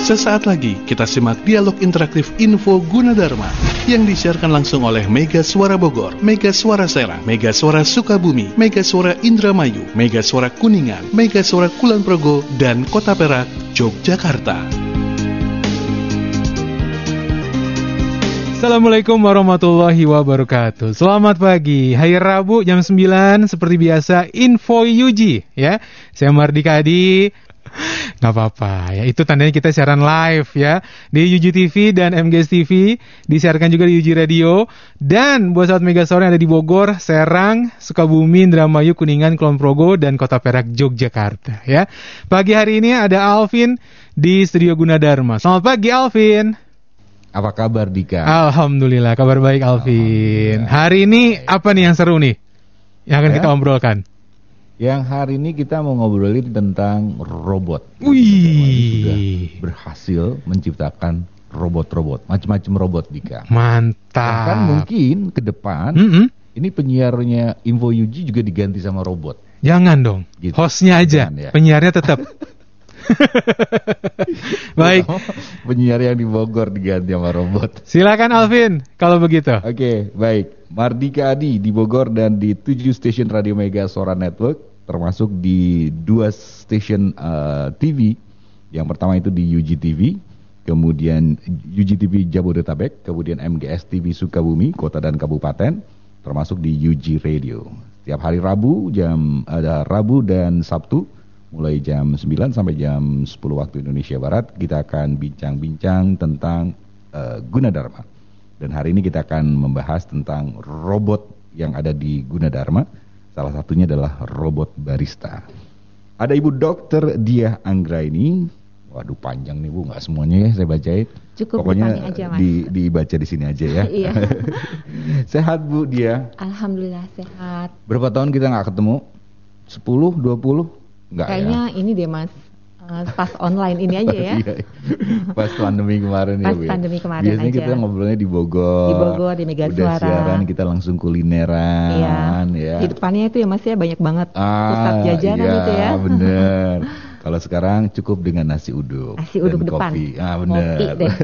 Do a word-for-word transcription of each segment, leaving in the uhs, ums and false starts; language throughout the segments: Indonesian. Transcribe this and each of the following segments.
Sesaat lagi kita simak dialog interaktif Info Gunadarma yang disiarkan langsung oleh Mega Suara Bogor, Mega Suara Serang, Mega Suara Sukabumi, Mega Suara Indramayu, Mega Suara Kuningan, Mega Suara Kulon Progo, dan Kota Perak, Yogyakarta. Assalamualaikum warahmatullahi wabarakatuh. Selamat pagi, hari Rabu jam sembilan seperti biasa Info U G ya. Saya Mardika Adi. Gak apa-apa ya, itu tandanya kita siaran live ya di U G T V dan M G S T V, disiarkan juga di U G Radio. Dan buat sahabat Mega Suara yang ada di Bogor, Serang, Sukabumi, Indramayu, Kuningan, Kulon Progo, dan Kota Perak, Yogyakarta ya. Pagi hari ini ada Alvin di Studio Gunadarma. Selamat pagi Alvin. Apa kabar Dika? Alhamdulillah, kabar baik Alvin. Hari ini apa nih yang seru nih yang akan ya? kita obrolkan? Yang hari ini kita mau ngobrolin tentang robot. Wih, sudah berhasil menciptakan robot-robot, macam-macam robot Dika. Mantap. Kan mungkin ke depan mm-hmm. ini penyiarnya Info U G juga diganti sama robot. Jangan dong, gitu. Hostnya aja, Jangan, ya. Penyiarnya tetap. Baik, penyiar yang di Bogor diganti sama robot. Silakan Alvin kalau begitu. Oke, okay, baik. Mardika Adi di Bogor dan di tujuh stasiun Radio Mega Suara Network, termasuk di dua stasiun uh, T V. Yang pertama itu di U G T V, kemudian U G T V Jabodetabek, kemudian M G S T V Sukabumi, Kota dan Kabupaten, termasuk di U G Radio. Setiap hari Rabu jam ada Rabu dan Sabtu mulai jam sembilan sampai jam sepuluh waktu Indonesia Barat, kita akan bincang-bincang tentang uh, Gunadarma. Dan hari ini kita akan membahas tentang robot yang ada di Gunadarma. Salah satunya adalah robot barista. Ada Ibu Dokter Diah Anggraini. Waduh panjang nih Bu, nggak semuanya ya saya bacain. Cukup pokoknya aja, Mas. Di, dibaca di sini aja ya. Iya. Sehat Bu Diah? Alhamdulillah sehat. Berapa tahun kita nggak ketemu? sepuluh, dua puluh? Enggak Kayaknya ya? ini deh Mas. Uh, pas online ini aja ya. Pas pandemi kemarin pas ya Bu. Pas pandemi kemarin Biasanya aja. kita ngobrolnya di Bogor. Di Bogor, di Mega Udah Suara. siaran kita langsung kulineran. Iya. Ya. Di depannya itu ya Mas ya banyak banget ah, pusat jajanan iya, itu ya. Bener. Kalau sekarang cukup dengan nasi uduk. Nasi uduk dan depan. Kopi. Ah bener. Kopi deh.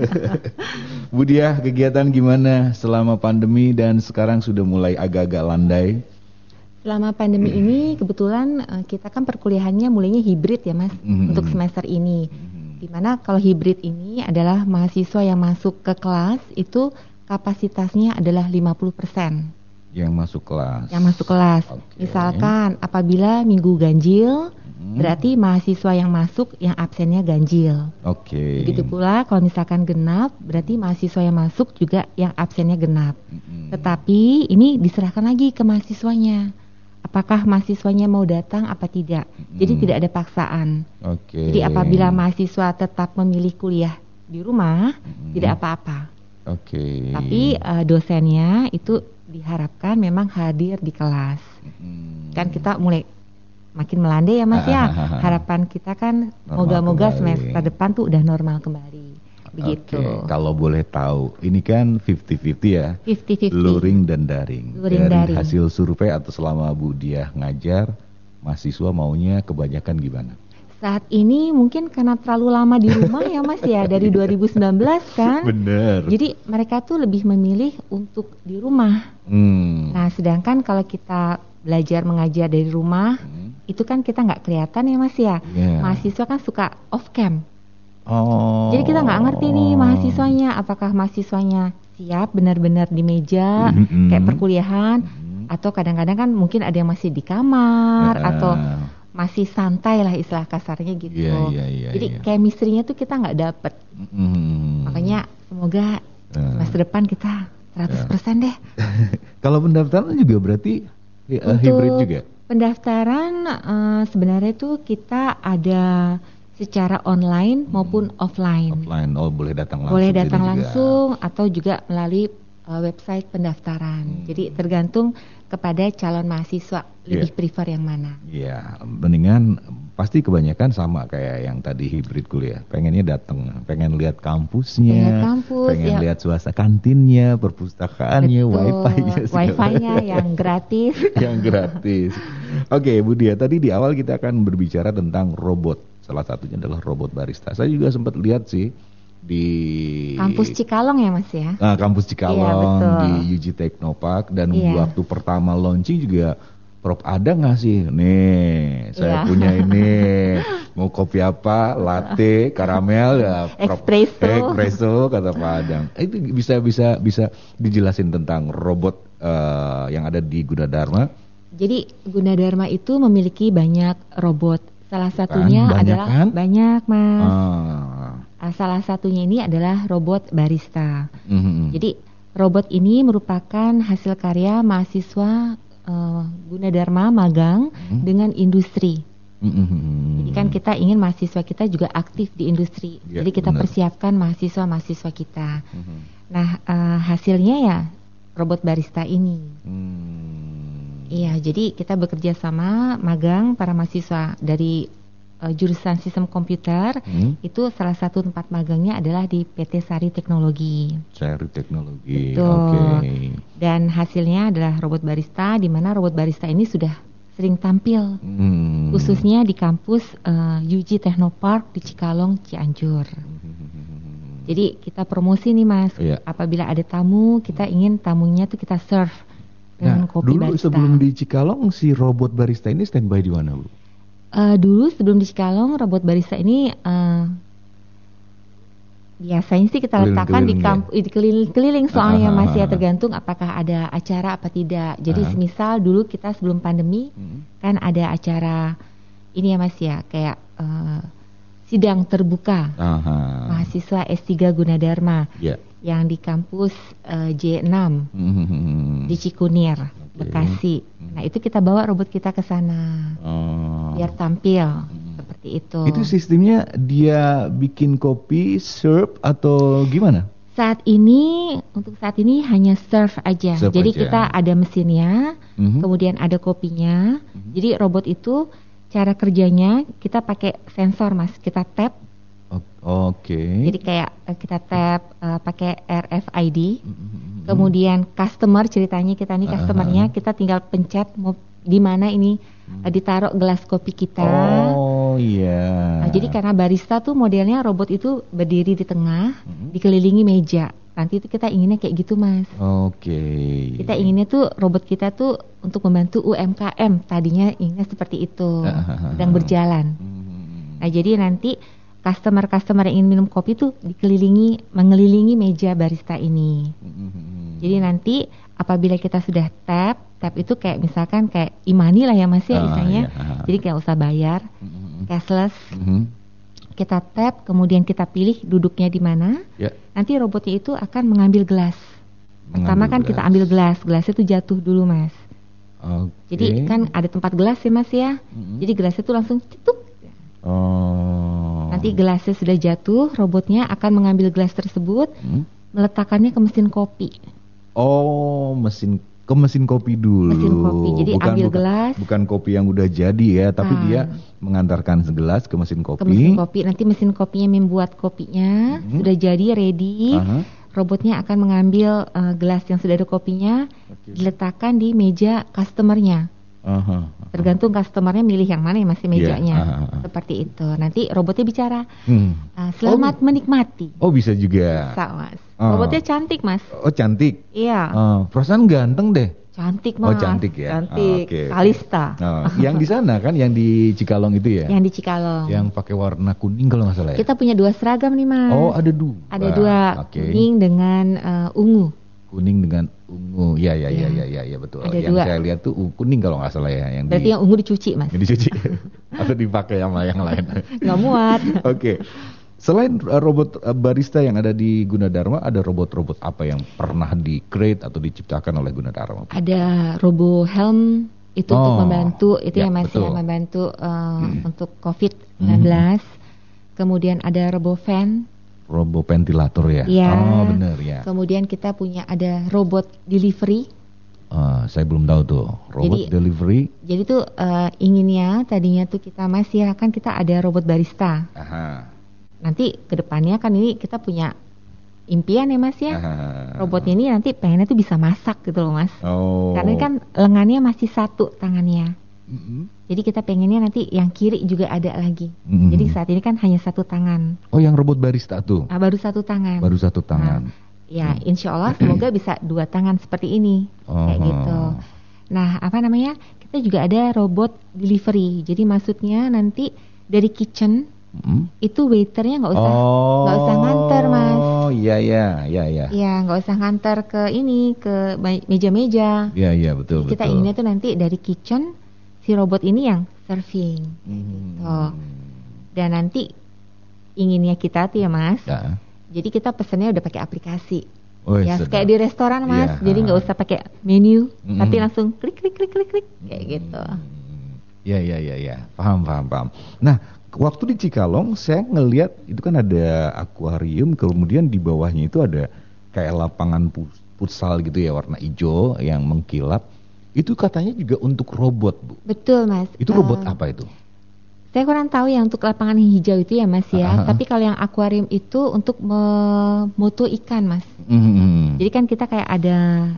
Bu Diah, kegiatan gimana selama pandemi dan sekarang sudah mulai agak-agak landai? Selama pandemi hmm. ini kebetulan uh, kita kan perkuliahannya mulainya hibrid ya Mas hmm. untuk semester ini. Hmm. Dimana kalau hibrid ini adalah mahasiswa yang masuk ke kelas itu kapasitasnya adalah lima puluh persen. Yang masuk kelas. Yang masuk kelas. Okay. Misalkan apabila minggu ganjil, hmm. berarti mahasiswa yang masuk yang absennya ganjil. Oke. Okay. Begitu pula kalau misalkan genap, berarti mahasiswa yang masuk juga yang absennya genap. Hmm. Tetapi ini diserahkan lagi ke mahasiswanya. Apakah mahasiswanya mau datang apa tidak. Hmm. Jadi tidak ada paksaan. Okay. Jadi apabila mahasiswa tetap memilih kuliah di rumah, hmm. tidak apa-apa. Oke. Okay. Tapi uh, dosennya itu diharapkan memang hadir di kelas. Hmm. Kan kita mulai makin melandai ya Mas ya. Harapan kita kan moga-moga semester depan tuh udah normal kembali. Begitu. Oke, kalau boleh tahu, ini kan fifty-fifty ya. fifty-fifty. Luring dan daring. Luring Dari daring. hasil survei atau selama Bu Diah ngajar, mahasiswa maunya kebanyakan gimana? Saat ini mungkin karena terlalu lama di rumah ya Mas ya, dari dua ribu sembilan belas kan. Bener. Jadi mereka tuh lebih memilih untuk di rumah. Hmm. Nah sedangkan kalau kita belajar mengajar dari rumah, hmm. itu kan kita nggak kelihatan ya Mas ya. Yeah. Mahasiswa kan suka off cam. Oh. Jadi kita nggak ngerti nih mahasiswanya, apakah mahasiswanya siap benar-benar di meja mm-hmm. kayak perkuliahan, mm-hmm. atau kadang-kadang kan mungkin ada yang masih di kamar uh. atau masih santai lah istilah kasarnya gitu. Yeah, yeah, yeah, Jadi yeah. chemistry-nya tuh kita nggak dapet. Mm-hmm. Makanya semoga uh. masa depan kita seratus persen deh. Kalau pendaftaran juga berarti uh, hybrid juga? Pendaftaran uh, sebenarnya tuh kita ada secara online maupun hmm. offline. Offline, oh boleh datang langsung. Boleh datang langsung juga. Atau juga melalui uh, website pendaftaran. Hmm. Jadi tergantung kepada calon mahasiswa lebih yeah. prefer yang mana. Iya, yeah. Mendingan pasti kebanyakan sama kayak yang tadi hibrid kuliah. Pengennya datang, pengen lihat kampusnya, pengen, kampus, pengen ya. lihat suasana kantinnya, perpustakaannya, wifi-nya, wifi-nya yang gratis. Yang gratis. Oke, okay, Bu Diah, tadi di awal kita akan berbicara tentang robot. salah satunya adalah robot barista. Saya juga sempat lihat sih di Kampus Cikalong ya Mas ya. Nah, kampus Cikalong Iya, betul. di U G Teknopark dan Iya. waktu pertama launching juga Prof ada nggak sih? Nih, saya Iya. punya ini. Mau kopi apa? Latte, karamel, ya, Prof. Espresso. Espresso, kata Pak Adang. Itu bisa bisa bisa dijelasin tentang robot eh, yang ada di Gunadarma. Jadi Gunadarma itu memiliki banyak robot. Salah satunya banyak adalah kan? banyak Mas. Ah. Ah, Salah satunya ini adalah robot barista. Mhm. Jadi robot ini merupakan hasil karya mahasiswa eh, Gunadarma magang Hmm. dengan industri. Mhm. Jadi kan kita ingin mahasiswa kita juga aktif di industri. Ya, Jadi kita benar. persiapkan mahasiswa-mahasiswa kita. Mhm. Nah eh, hasilnya ya robot barista ini. Hmm. Iya, jadi kita bekerja sama magang para mahasiswa dari eh, jurusan sistem komputer. Hmm. Itu salah satu tempat magangnya adalah di P T Sari Teknologi. Seri teknologi. Betul. Oke. Dan hasilnya adalah robot barista, di mana robot barista ini sudah sering tampil, Hmm. khususnya di kampus eh, U G Teknopark di Cikalong, Cianjur. Jadi kita promosi nih Mas, Iya. apabila ada tamu, kita ingin tamunya tuh kita serve dengan Nah, kopi dulu barista. sebelum di Cikalong si robot barista ini standby di mana, Bu? Eh, dulu sebelum di Cikalong, robot barista ini eh, biasanya sih kita letakkan di Keliling-keliling kamp- di keliling-keliling soalnya Ah, ah, Mas ya, ah, ah. tergantung apakah ada acara apa tidak. Jadi Ah. semisal dulu kita sebelum pandemi Hmm. kan ada acara ini ya Mas ya, kayak eh, sidang terbuka Aha. mahasiswa S tiga Gunadarma Ya. yang di kampus eh, J enam Hmm. di Cikunir, Oke. Bekasi. Hmm. Nah, itu kita bawa robot kita ke sana Oh. biar tampil Hmm. seperti itu. Itu sistemnya dia bikin kopi, serve atau gimana? Saat ini, untuk saat ini hanya serve aja. Serve Jadi aja. kita ada mesinnya, Mhm. kemudian ada kopinya. Mhm. Jadi robot itu cara kerjanya kita pakai sensor Mas, kita tap. O- Oke. Jadi kayak eh, kita tap eh, pakai R F I D. Mhm. Kemudian customer ceritanya kita nih Ah, customernya ah, ah. kita tinggal pencet mau di mana ini Hmm. eh, ditaruh gelas kopi kita. Oh iya. Nah, jadi karena barista tuh modelnya robot itu berdiri di tengah, Mhm. dikelilingi meja. Nanti itu kita inginnya kayak gitu Mas. Oke. Kita inginnya tuh robot kita tuh untuk membantu U M K M. Tadinya inginnya seperti itu, sedang berjalan. Mhm. Nah jadi nanti customer-customer yang ingin minum kopi tuh dikelilingi, mengelilingi meja barista ini. Mhm. Jadi nanti apabila kita sudah tap, tap itu kayak misalkan kayak e-money lah ya Mas ya Ah, misalnya. iya. Jadi kayak usah bayar, Mhm. cashless. Mhm. Kita tap, kemudian kita pilih duduknya di mana. Ya. Nanti robotnya itu akan mengambil gelas. Pertama Mengambil kan kita gelas. ambil gelas, gelasnya itu jatuh dulu Mas. Oke. Jadi kan ada tempat gelas ya Mas ya. Mhm. Jadi gelasnya itu langsung cetuk. Oh. Nanti gelasnya sudah jatuh, robotnya akan mengambil gelas tersebut, Hmm? meletakkannya ke mesin kopi. Oh, mesin ke mesin kopi dulu. Mesin kopi. Jadi ambil gelas. Bukan kopi yang udah jadi ya, tapi Ah. dia mengantarkan segelas ke mesin kopi. Ke mesin kopi. Nanti mesin kopinya membuat kopinya, Mhm. sudah jadi ready. Aha. Robotnya akan mengambil eh, gelas yang sudah ada kopinya, Oke. diletakkan di meja customernya. Aha. Tergantung customernya milih yang mana ya masih Iya, mejanya. ah, ah, ah. Seperti itu. Nanti robotnya bicara, Hmm. "Ah, selamat menikmati." Oh, bisa juga. Bisa, Mas. Ah. Robotnya cantik, Mas. Oh, cantik. Iya, Ah, perasaan ganteng deh. cantik, Oh, Mas. cantik ya. Cantik. Ah, oke. Kalista. Oh, yang di sana kan, yang di Cikalong itu ya, Yang di Cikalong. yang pakai warna kuning kalau nggak salah ya. Kita punya dua seragam nih, Mas. Oh, ada dua. Ada dua, Oke. kuning dengan eh, ungu. Kuning dengan ungu. Ya, ya, ya, Iya. ya, ya, ya, betul. Ada yang dua. saya lihat tuh uh, kuning kalau nggak salah ya, yang Berarti di yang ungu dicuci, Mas. yang dicuci atau dipakai sama yang lain. Nggak muat. Oke. Selain uh, robot uh, barista yang ada di Gunadarma, ada robot-robot apa yang pernah di-create atau diciptakan oleh Gunadarma? Ada Robo Helm itu untuk Oh, membantu itu ya, yang masih betul. membantu eh, untuk covid sembilan belas. Kemudian ada Robo Fan. Robot ventilator ya? Iya. Oh, benar ya. Kemudian kita punya ada robot delivery. Uh, saya belum tahu tuh. Robot Jadi- delivery. Jadi tuh eh, inginnya tadinya tuh kita masih ya kan kita ada robot barista. Aha. Nanti kedepannya kan ini kita punya impian ya Mas ya. Aha. Robotnya ini nanti pengennya tuh bisa masak gitu loh Mas. Oh. Karena kan lengannya masih satu tangannya. Mm-hmm. Jadi kita pengennya nanti yang kiri juga ada lagi. Mm-hmm. Jadi saat ini kan hanya satu tangan. Oh, yang robot barista tuh? Nah, baru satu tangan. Baru satu tangan. Nah, ya, insya Allah semoga bisa dua tangan seperti ini, oh. kayak gitu. Nah, apa namanya? Kita juga ada robot delivery. Jadi maksudnya nanti dari kitchen mm-hmm. itu waiternya nggak usah nggak oh. usah nganter, Mas. Oh, iya iya iya iya. Iya, nggak usah nganter ke ini ke meja-meja. Iya iya betul Jadi kita betul. inginnya tuh nanti dari kitchen si robot ini yang serving. Mm-hmm. Gitu. Dan nanti inginnya kita tuh ya, Mas. Ya. Jadi kita pesennya udah pakai aplikasi. Oh, ya sedap. kayak di restoran, Mas. Ya, Jadi nggak usah pakai menu, mm-hmm. tapi langsung klik klik klik klik klik kayak mm-hmm. gitu. Ya ya ya ya. Paham paham paham. Nah, waktu di Cikalong saya ngelihat itu kan ada akuarium, kemudian di bawahnya itu ada kayak lapangan futsal gitu ya warna hijau yang mengkilap. Itu katanya juga untuk robot, Bu. Betul, Mas. Itu robot uh, apa itu? Saya kurang tahu ya untuk lapangan yang hijau itu ya, Mas ya. Uh-huh. Tapi kalau yang akuarium itu untuk memoto ikan, Mas. Mm-hmm. Jadi kan kita kayak ada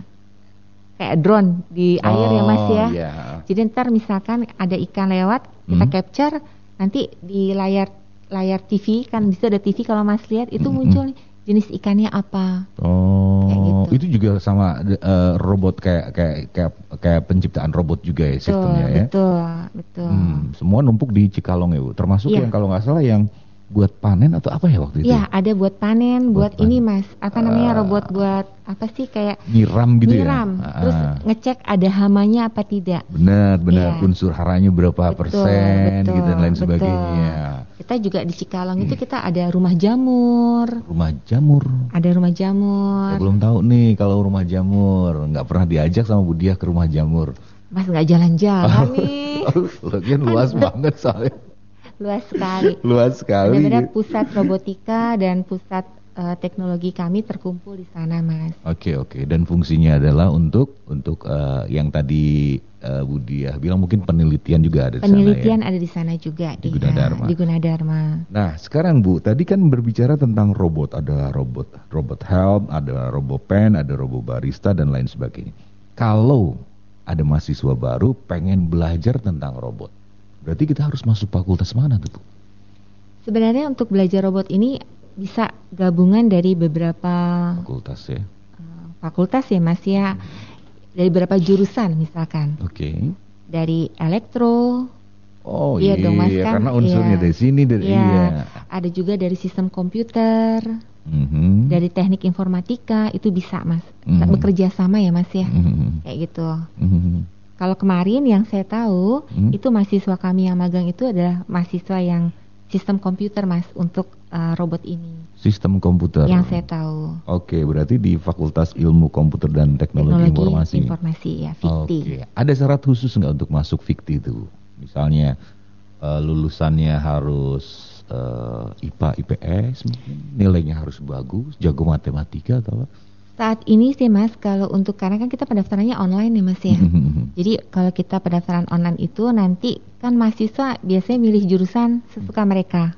kayak drone di oh, air ya, Mas ya. Yeah. Jadi ntar misalkan ada ikan lewat, kita mm. capture, nanti di layar layar T V kan bisa ada T V kalau Mas lihat itu mm-hmm. muncul nih jenis ikannya apa. Oh, kayak gitu. Itu juga sama uh, robot kayak kayak kayak kayak penciptaan robot juga ya Betul, sistemnya ya. Betul, betul. Hmm, semua numpuk di Cikalong ya, Bu. Termasuk ya. yang kalau nggak salah yang buat panen atau apa ya waktu itu? Iya, ada buat panen, buat, buat panen. Ini Mas, apa namanya uh, robot buat apa sih kayak nyiram gitu nyiram, ya? Terus uh, ngecek ada hamanya apa tidak. Benar, benar. Ya. Unsur haranya berapa betul, persen betul, gitu dan lain betul. sebagainya. Kita juga di Cikalong hmm. itu kita ada rumah jamur. Rumah jamur. Ada rumah jamur. Saya belum tahu nih kalau rumah jamur. Nggak pernah diajak sama Bu Diah ke rumah jamur. Mas nggak jalan-jalan nih. Lagian luas banget soalnya. Luas sekali. Luas sekali. Benar-benar pusat robotika dan pusat uh, teknologi kami terkumpul di sana, Mas. Oke, oke. Dan fungsinya adalah untuk untuk uh, yang tadi uh, Bu Diah bilang mungkin penelitian juga ada di sana ya. Penelitian ada di sana juga di iya, Gunadarma. Di Gunadarma. Nah, sekarang Bu, tadi kan berbicara tentang robot, ada robot robot help, ada robot pen, ada robot barista dan lain sebagainya. Kalau ada mahasiswa baru pengen belajar tentang robot, berarti kita harus masuk fakultas mana tuh, Bu? Sebenarnya untuk belajar robot ini bisa gabungan dari beberapa fakultas ya. Uh, fakultas ya, Mas ya. Hmm. Dari beberapa jurusan misalkan. Oke. Okay. Dari elektro. Oh iya, iya, dong, Mas, kan? Karena unsurnya iya. dari sini dari iya. iya. Ada juga dari sistem komputer. Mm-hmm. Dari teknik informatika itu bisa, Mas. Mm-hmm. Bekerja sama ya, Mas ya. Mm-hmm. Kayak gitu. Mm-hmm. Kalau kemarin yang saya tahu hmm. itu mahasiswa kami yang magang itu adalah mahasiswa yang sistem komputer, Mas, untuk uh, robot ini. Sistem komputer. Yang saya tahu. Oke, berarti di Fakultas Ilmu Komputer dan Teknologi, Teknologi Informasi. Informasi ya, Fikti. Oke, ada syarat khusus nggak untuk masuk Fikti itu? Misalnya uh, lulusannya harus uh, I P A, I P S, nilainya harus bagus, jago matematika atau apa? Saat ini sih, Mas, kalau untuk karena kan kita pendaftarannya online ya, Mas ya. Jadi kalau kita pendaftaran online itu nanti kan mahasiswa biasanya milih jurusan sesuka mereka.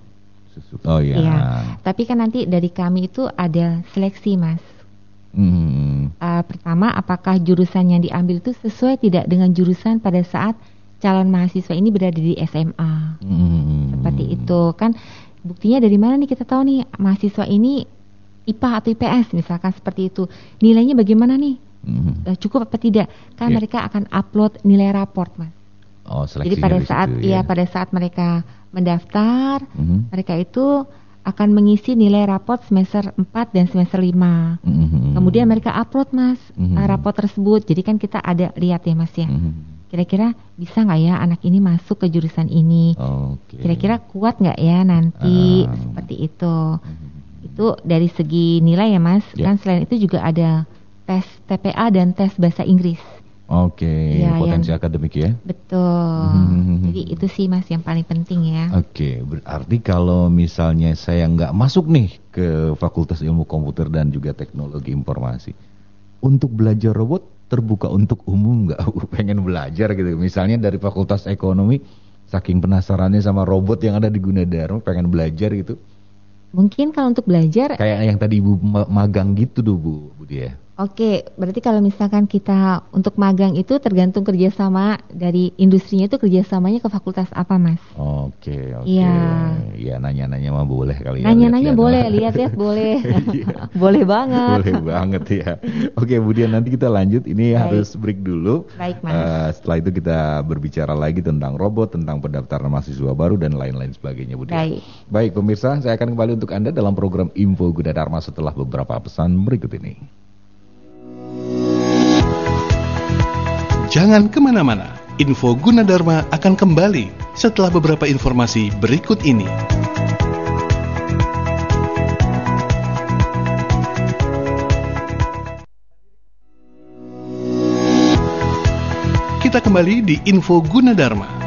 Oh iya. Ya. Tapi kan nanti dari kami itu ada seleksi, Mas. Hmm. Uh, pertama, apakah jurusan yang diambil itu sesuai tidak dengan jurusan pada saat calon mahasiswa ini berada di S M A. Hmm. Seperti itu kan. Buktinya dari mana nih kita tahu nih mahasiswa ini I P A atau I P S misalkan seperti itu. Nilainya bagaimana nih? Mm-hmm. Cukup apa tidak? Kan yeah. mereka akan upload nilai raport, Mas. Oh, seleksinya. Jadi pada saat situ, ya ya pada saat mereka mendaftar, mm-hmm. mereka itu akan mengisi nilai raport semester empat dan semester lima. Mm-hmm. Kemudian mereka upload, Mas, mm-hmm. raport tersebut. Jadi kan kita ada lihat ya, Mas ya. Mm-hmm. Kira-kira bisa nggak ya anak ini masuk ke jurusan ini? Okay. Kira-kira kuat nggak ya nanti? Uh. Seperti itu. Mm-hmm. Itu dari segi nilai ya, Mas. Yeah. Kan selain itu juga ada tes T P A dan tes bahasa Inggris. Oke, okay. ya, potensi yang, akademik ya. Betul. Hmm. Jadi itu sih, Mas, yang paling penting ya. Oke, okay. Berarti kalau misalnya saya nggak masuk nih ke Fakultas Ilmu Komputer dan juga Teknologi Informasi, untuk belajar robot terbuka untuk umum nggak? Pengen belajar gitu. Misalnya dari Fakultas Ekonomi, saking penasarannya sama robot yang ada di Gunadarma, pengen belajar gitu. Mungkin kalau untuk belajar kayak yang tadi Ibu magang gitu tuh, Bu, Bu Diah. Oke, berarti kalau misalkan kita untuk magang itu tergantung kerjasama dari industrinya, itu kerjasamanya ke fakultas apa, Mas? Oke, oke. Iya. Ya, nanya-nanya mah boleh kali ya. Nanya-nanya lihat-lihat boleh, mah. lihat-lihat boleh. Iya. Boleh banget. Boleh banget ya. Oke, kemudian nanti kita lanjut. Ini Baik. harus break dulu. Baik, Mas. Eh, setelah itu kita berbicara lagi tentang robot, tentang pendaftaran mahasiswa baru dan lain-lain sebagainya, Bu Dian. Baik. Baik, pemirsa, saya akan kembali untuk Anda dalam program Info Gunadarma setelah beberapa pesan berikut ini. Jangan kemana-mana, Info Gunadarma akan kembali setelah beberapa informasi berikut ini. Kita kembali di Info Gunadarma.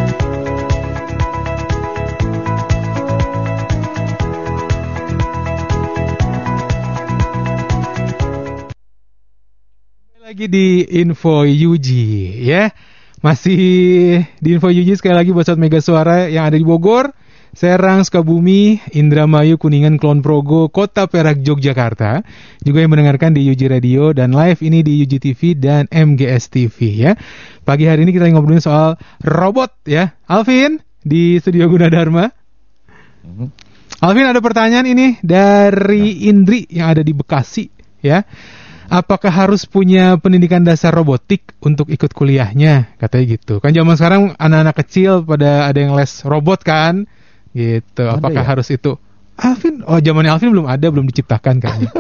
Lagi di Info U G ya. Masih di Info U G sekali lagi buat Sobat Mega Suara yang ada di Bogor, Serang, Sukabumi, Indramayu, Kuningan, Kulon Progo, Kota Perak, Yogyakarta. Juga yang mendengarkan di U G Radio dan live ini di U G T V dan M G S T V ya. Pagi hari ini kita ngobrolin soal robot ya. Alvin di Studio Gunadarma. Mhm. Alvin, ada pertanyaan ini dari Indri yang ada di Bekasi ya. Apakah harus punya pendidikan dasar robotik untuk ikut kuliahnya? Katanya gitu. Kan zaman sekarang anak-anak kecil pada ada yang les robot kan? Gitu. Ada Apakah ya? harus itu? Alvin, oh zamannya Alvin belum ada, belum diciptakan kayaknya.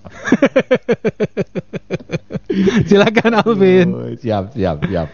Silakan Alvin. Oh, siap, siap, siap.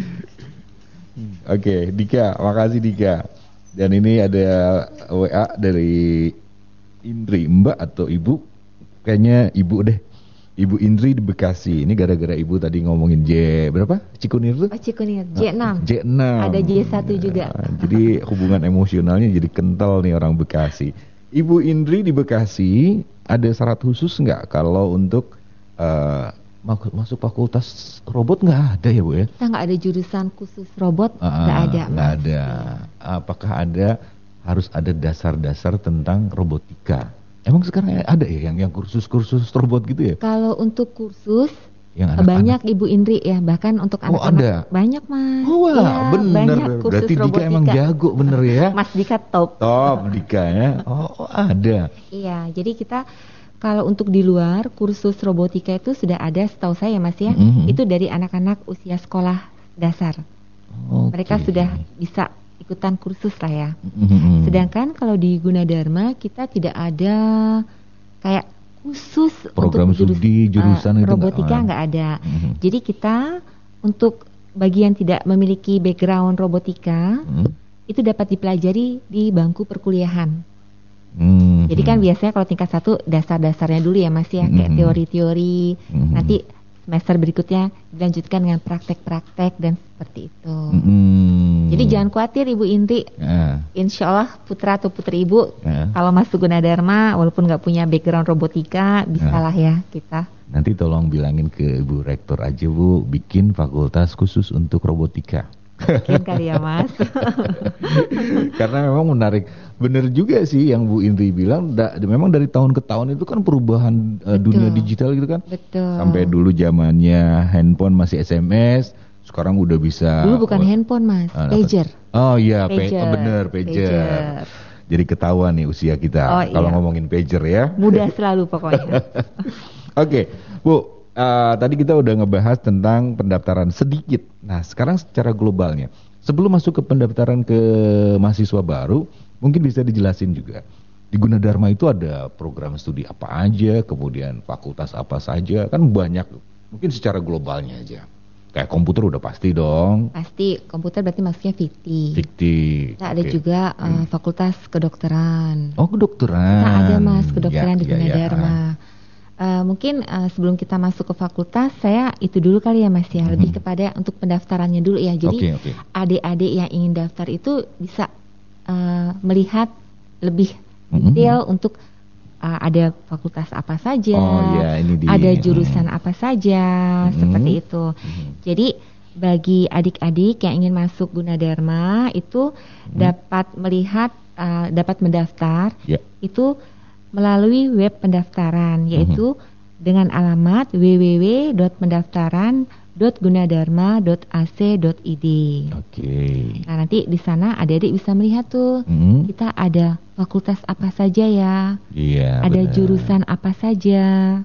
Oke, Dika, makasih Dika. Dan ini ada W A dari Indri, Mbak atau Ibu? Kayaknya Ibu deh. Ibu Indri di Bekasi. Ini gara-gara Ibu tadi ngomongin J berapa? Cikunir tuh? Oh, Cikunir, J enam. J enam. Ada J satu juga. Nah, jadi hubungan emosionalnya jadi kental nih orang Bekasi. Ibu Indri di Bekasi, ada syarat khusus nggak kalau untuk uh, masuk fakultas robot? Nggak ada ya Bu ya? Kita nggak ada jurusan khusus robot, Ah, nggak ada. Nggak Mas. ada. Apakah ada harus ada dasar-dasar tentang robotika? Emang sekarang ada ya yang yang kursus-kursus robot gitu ya? Kalau untuk kursus Yang anak-anak. banyak Ibu Indri ya, bahkan untuk Oh, anak-anak ada? banyak Mas. Oh, wah, Iya, bener. banyak kursus Berarti Dika robotika. emang jago bener ya? Mas Dika top. Top Dika ya. Oh, oh, ada. Iya, jadi kita kalau untuk di luar kursus robotika itu sudah ada, setahu saya Mas ya. Mhm. Itu dari anak-anak usia sekolah dasar. Oke. Mereka sudah bisa ikutan kursus lah ya. Mhm. Sedangkan kalau di Gunadarma kita tidak ada kayak khusus Program untuk studi, jurusan uh, itu nggak robotika ada. nggak ada. Mhm. Jadi kita untuk bagi yang tidak memiliki background robotika Mhm. itu dapat dipelajari di bangku perkuliahan. Mhm. Jadi kan biasanya kalau tingkat satu dasar-dasarnya dulu ya Mas ya, kayak Mhm. teori-teori. Mhm. Nanti semester berikutnya dilanjutkan dengan praktek-praktek dan seperti itu. Mhm. Jadi jangan khawatir Ibu Indri, Ya, insya Allah putra atau putri Ibu ya. kalau masuk Gunadarma walaupun nggak punya background robotika bisalah ya kita. Nanti tolong bilangin ke Ibu Rektor aja Bu, bikin fakultas khusus untuk robotika. Mungkin kali ya Mas. Karena memang menarik. Bener juga sih yang Bu Indri bilang, da, memang dari tahun ke tahun itu kan perubahan uh, Betul. dunia digital gitu kan. Betul. Sampai dulu zamannya handphone masih S M S, sekarang udah bisa. Dulu bukan handphone Mas, Ah, apa? pager. Oh iya, pa- Pager. oh, bener pager. Pager. Jadi ketahuan nih usia kita Oh, kalau iya. ngomongin pager ya. Mudah selalu pokoknya. Oke, Bu, uh, tadi kita udah ngebahas tentang pendaftaran sedikit. Nah, sekarang secara globalnya, sebelum masuk ke pendaftaran ke mahasiswa baru, mungkin bisa dijelasin juga. Di Gunadarma itu ada program studi apa aja, kemudian fakultas apa saja, kan banyak. Mungkin secara globalnya aja. Kayak komputer udah pasti dong. Pasti komputer berarti maksudnya fiktif. Fiktif. Kita ada Oke. juga uh, fakultas kedokteran. Oh, kedokteran. Kita ada Mas kedokteran Ya, di ya, ya. Gunadarma. Uh, mungkin uh, sebelum kita masuk ke fakultas, saya itu dulu kali ya Mas ya, Mhm. lebih kepada untuk pendaftarannya dulu ya. Jadi Oke, oke. adik-adik yang ingin daftar itu bisa uh, melihat lebih Mhm. detail untuk uh, ada fakultas apa saja, Oh, iya, ini di- ada jurusan apa saja, Mhm. seperti itu. Mhm. Jadi bagi adik-adik yang ingin masuk Gunadarma itu dapat melihat, uh, dapat mendaftar Ya. itu melalui web pendaftaran, yaitu dengan alamat w w w dot pendaftaran dot gunadarma dot a c dot i d. Oke. Nah, nanti di sana adik-adik bisa melihat tuh, Hmm. kita ada fakultas apa saja ya, Iya. ada benar. jurusan apa saja.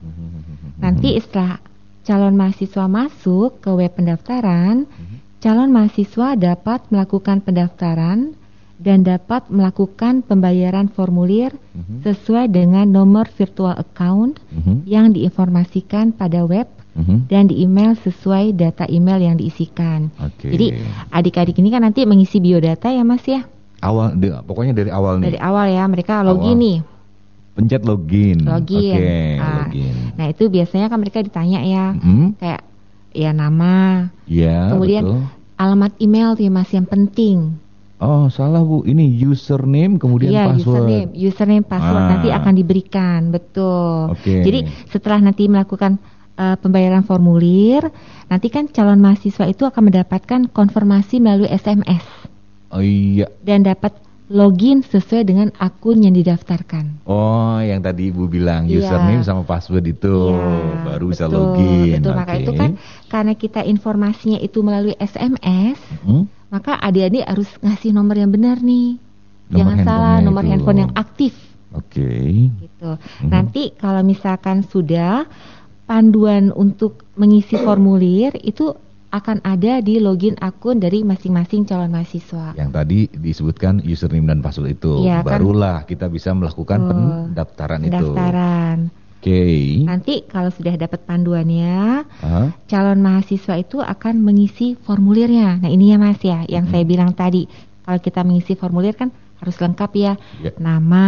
Nanti setelah calon mahasiswa masuk ke web pendaftaran, calon mahasiswa dapat melakukan pendaftaran dan dapat melakukan pembayaran formulir Mhm. sesuai dengan nomor virtual account Mhm. yang diinformasikan pada web Mhm. dan di email sesuai data email yang diisikan. Oke. Jadi adik-adik ini kan nanti mengisi biodata ya Mas ya. awal, de- pokoknya dari awal nih. Dari awal ya mereka Awal. login nih. Pencet login. Login. Oke, Ah, login. Nah itu biasanya kan mereka ditanya ya, Mhm. kayak ya nama, Ya, kemudian betul. alamat email tuh ya Mas yang penting. Oh, salah Bu. Ini username kemudian Iya, password. username, username, password Ah. nanti akan diberikan, betul. Oke. Jadi setelah nanti melakukan uh, pembayaran formulir, nanti kan calon mahasiswa itu akan mendapatkan konfirmasi melalui S M S Oh iya. dan dapat login sesuai dengan akun yang didaftarkan. Oh, yang tadi Ibu bilang Iya. username sama password itu Iya, baru bisa betul, login. Betul, maka Oke. itu kan karena kita informasinya itu melalui S M S, Hmm? maka adik-adik harus ngasih nomor yang benar nih. Nomor Jangan salah, handphonenya nomor itu. handphone yang aktif. Oke. Gitu. Nanti kalau misalkan sudah panduan untuk mengisi formulir itu akan ada di login akun dari masing-masing calon mahasiswa. Yang tadi disebutkan username dan password itu, Iya, kan? barulah kita bisa melakukan Betul. pendaftaran itu. Pendaftaran. Oke. Nanti kalau sudah dapat panduannya, Hah? calon mahasiswa itu akan mengisi formulirnya. Nah ini ya Mas ya, yang saya bilang tadi. Kalau kita mengisi formulir kan harus lengkap ya. Ya. Nama,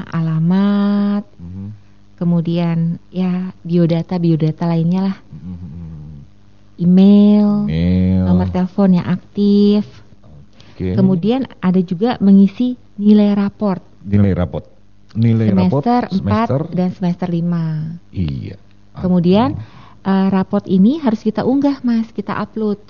alamat, Mhm. kemudian ya biodata-biodata lainnya lah. Mhm. Email, Mail. nomor telepon yang aktif. Oke. Kemudian ada juga mengisi nilai raport nilai raport. Nilai raport semester empat semester. dan semester lima. Iya. Kemudian eh, raport ini harus kita unggah Mas, kita upload.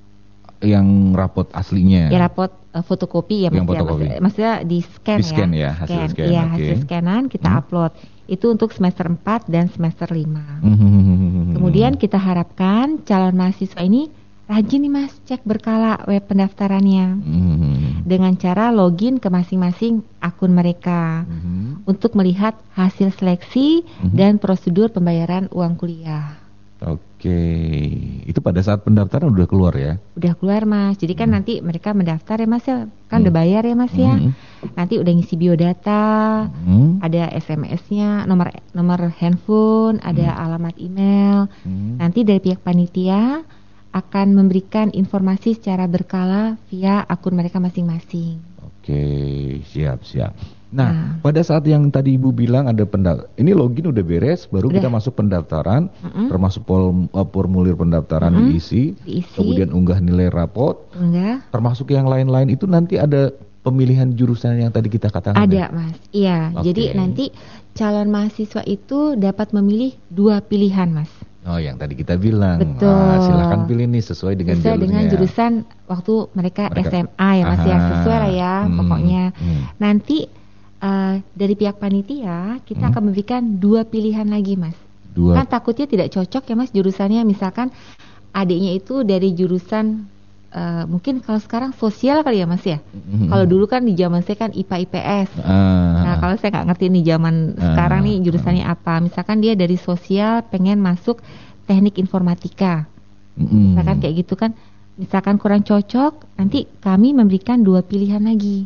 Yang raport aslinya. Ya raport eh, fotokopi ya Yang Mas ya. fotokopi. Maksud- Maksudnya di scan Di scan ya. ya, hasil scan, Iya, oke. hasil scanan kita Hmm. upload. Itu untuk semester empat dan semester lima. Mhm. Kemudian kita harapkan calon mahasiswa ini rajin nih Mas cek berkala web pendaftarannya Mhm. dengan cara login ke masing-masing akun mereka Mhm. untuk melihat hasil seleksi Mhm. dan prosedur pembayaran uang kuliah. Oke, itu pada saat pendaftaran udah keluar ya? Udah keluar Mas, jadi kan nanti mereka mendaftar ya Mas ya, kan Hmm. udah bayar ya Mas ya. Mhm. Nanti udah ngisi biodata, Mhm. ada S M S-nya, nomor nomor handphone, ada alamat email. Mhm. Nanti dari pihak panitia akan memberikan informasi secara berkala via akun mereka masing-masing. Oke, siap siap. Nah, Nah. pada saat yang tadi Ibu bilang ada pendaftar, ini login udah beres, baru Udah. kita masuk pendaftaran, Mm-mm. termasuk pol- eh, formulir pendaftaran Mm-mm. diisi, Diisi. kemudian unggah nilai raport, Enggak? termasuk yang lain-lain itu nanti ada pemilihan jurusan yang tadi kita katakan. Ada ya? Mas, iya. Oke. Jadi nanti calon mahasiswa itu dapat memilih dua pilihan Mas. Oh, yang tadi kita bilang. Betul. Ah, silakan pilih nih sesuai dengan Sesuai dengan jalurnya. jurusan waktu mereka, Mereka- S M A ya Mas ya, Aha. sesuai lah ya Hmm, pokoknya. hmm. Nanti eh, dari pihak panitia kita Hmm. akan memberikan dua pilihan lagi Mas. Dua. Kan takutnya tidak cocok ya Mas jurusannya, misalkan adiknya itu dari jurusan eh, mungkin kalau sekarang sosial kali ya Mas ya. Mhm. Kalau dulu kan di zaman saya kan I P A I P S. Ah, Nah, kalau saya nggak ngerti nih zaman Ah, sekarang nih jurusannya apa. Misalkan dia dari sosial pengen masuk teknik informatika. mhm. Misalkan kayak gitu kan. Misalkan kurang cocok, nanti kami memberikan dua pilihan lagi.